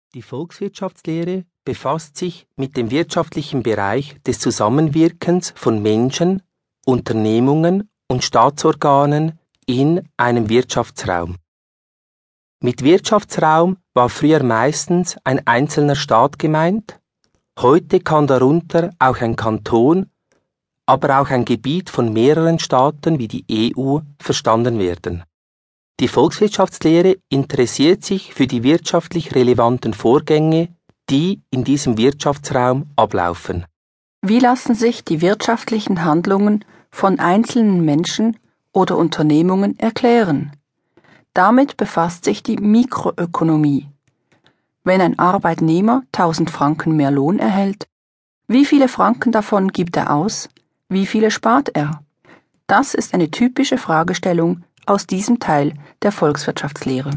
Die Volkswirtschaftslehre befasst sich mit dem wirtschaftlichen Bereich des Zusammenwirkens von Menschen, Unternehmungen und Staatsorganen in einem Wirtschaftsraum. Mit Wirtschaftsraum war früher meistens ein einzelner Staat gemeint, heute kann darunter auch ein Kanton, aber auch ein Gebiet von mehreren Staaten wie die EU verstanden werden. Die Volkswirtschaftslehre interessiert sich für die wirtschaftlich relevanten Vorgänge, die in diesem Wirtschaftsraum ablaufen. Wie lassen sich die wirtschaftlichen Handlungen von einzelnen Menschen oder Unternehmungen erklären? Damit befasst sich die Mikroökonomie. Wenn ein Arbeitnehmer 1000 Franken mehr Lohn erhält, wie viele Franken davon gibt er aus? Wie viele spart er? Das ist eine typische Fragestellung aus diesem Teil der Volkswirtschaftslehre.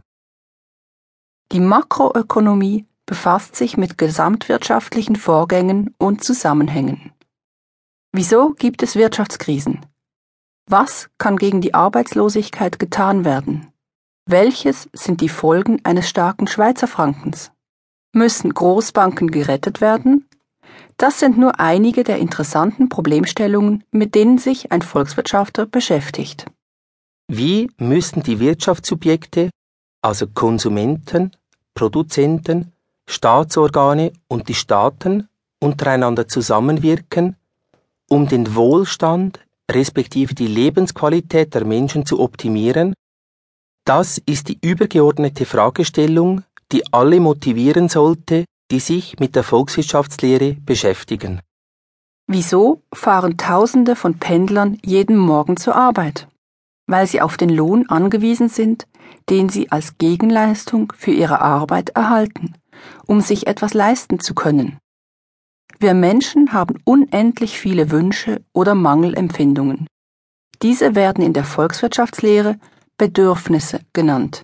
Die Makroökonomie befasst sich mit gesamtwirtschaftlichen Vorgängen und Zusammenhängen. Wieso gibt es Wirtschaftskrisen? Was kann gegen die Arbeitslosigkeit getan werden? Welches sind die Folgen eines starken Schweizer Frankens? Müssen Großbanken gerettet werden? Das sind nur einige der interessanten Problemstellungen, mit denen sich ein Volkswirtschaftler beschäftigt. Wie müssen die Wirtschaftssubjekte, also Konsumenten, Produzenten, Staatsorgane und die Staaten untereinander zusammenwirken, um den Wohlstand respektive die Lebensqualität der Menschen zu optimieren? Das ist die übergeordnete Fragestellung, die alle motivieren sollte, die sich mit der Volkswirtschaftslehre beschäftigen. Wieso fahren Tausende von Pendlern jeden Morgen zur Arbeit? Weil sie auf den Lohn angewiesen sind, den sie als Gegenleistung für ihre Arbeit erhalten, um sich etwas leisten zu können. Wir Menschen haben unendlich viele Wünsche oder Mangelempfindungen. Diese werden in der Volkswirtschaftslehre Bedürfnisse genannt.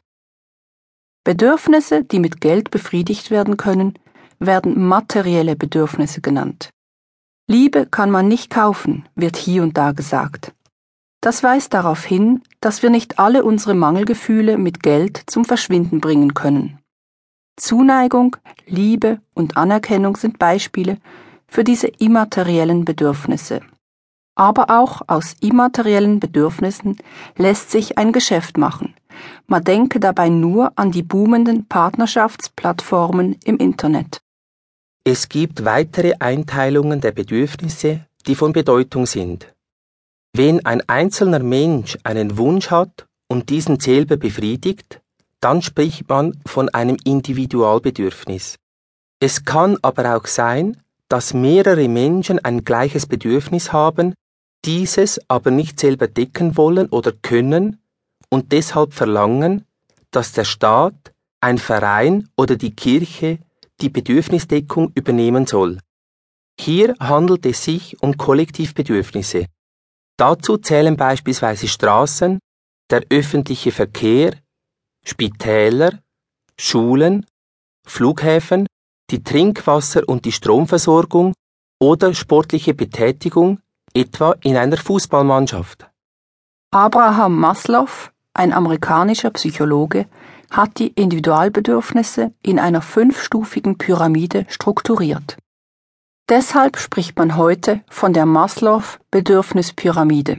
Bedürfnisse, die mit Geld befriedigt werden können, werden materielle Bedürfnisse genannt. Liebe kann man nicht kaufen, wird hier und da gesagt. Das weist darauf hin, dass wir nicht alle unsere Mangelgefühle mit Geld zum Verschwinden bringen können. Zuneigung, Liebe und Anerkennung sind Beispiele für diese immateriellen Bedürfnisse. Aber auch aus immateriellen Bedürfnissen lässt sich ein Geschäft machen. Man denke dabei nur an die boomenden Partnerschaftsplattformen im Internet. Es gibt weitere Einteilungen der Bedürfnisse, die von Bedeutung sind. Wenn ein einzelner Mensch einen Wunsch hat und diesen selber befriedigt, dann spricht man von einem Individualbedürfnis. Es kann aber auch sein, dass mehrere Menschen ein gleiches Bedürfnis haben, dieses aber nicht selber decken wollen oder können und deshalb verlangen, dass der Staat, ein Verein oder die Kirche die Bedürfnisdeckung übernehmen soll. Hier handelt es sich um Kollektivbedürfnisse. Dazu zählen beispielsweise Straßen, der öffentliche Verkehr, Spitäler, Schulen, Flughäfen, die Trinkwasser- und die Stromversorgung oder sportliche Betätigung, etwa in einer Fußballmannschaft. Abraham Maslow, ein amerikanischer Psychologe, hat die Individualbedürfnisse in einer 5-stufigen Pyramide strukturiert. Deshalb spricht man heute von der Maslow-Bedürfnispyramide.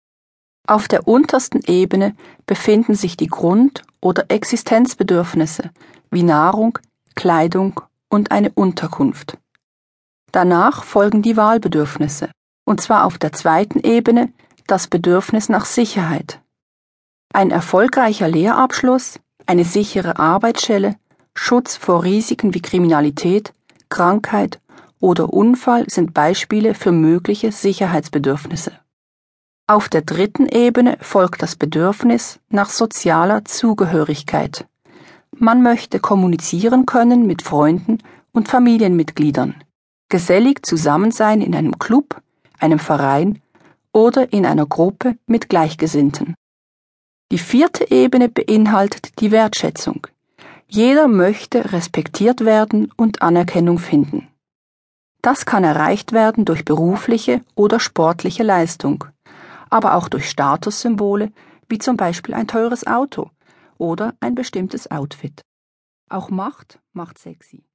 Auf der untersten Ebene befinden sich die Grund- oder Existenzbedürfnisse wie Nahrung, Kleidung und eine Unterkunft. Danach folgen die Wahlbedürfnisse, und zwar auf der zweiten Ebene das Bedürfnis nach Sicherheit. Ein erfolgreicher Lehrabschluss, eine sichere Arbeitsstelle, Schutz vor Risiken wie Kriminalität, Krankheit oder Unfall sind Beispiele für mögliche Sicherheitsbedürfnisse. Auf der dritten Ebene folgt das Bedürfnis nach sozialer Zugehörigkeit. Man möchte kommunizieren können mit Freunden und Familienmitgliedern, gesellig zusammen sein in einem Club, einem Verein oder in einer Gruppe mit Gleichgesinnten. Die vierte Ebene beinhaltet die Wertschätzung. Jeder möchte respektiert werden und Anerkennung finden. Das kann erreicht werden durch berufliche oder sportliche Leistung, aber auch durch Statussymbole wie zum Beispiel ein teures Auto oder ein bestimmtes Outfit. Auch Macht macht sexy.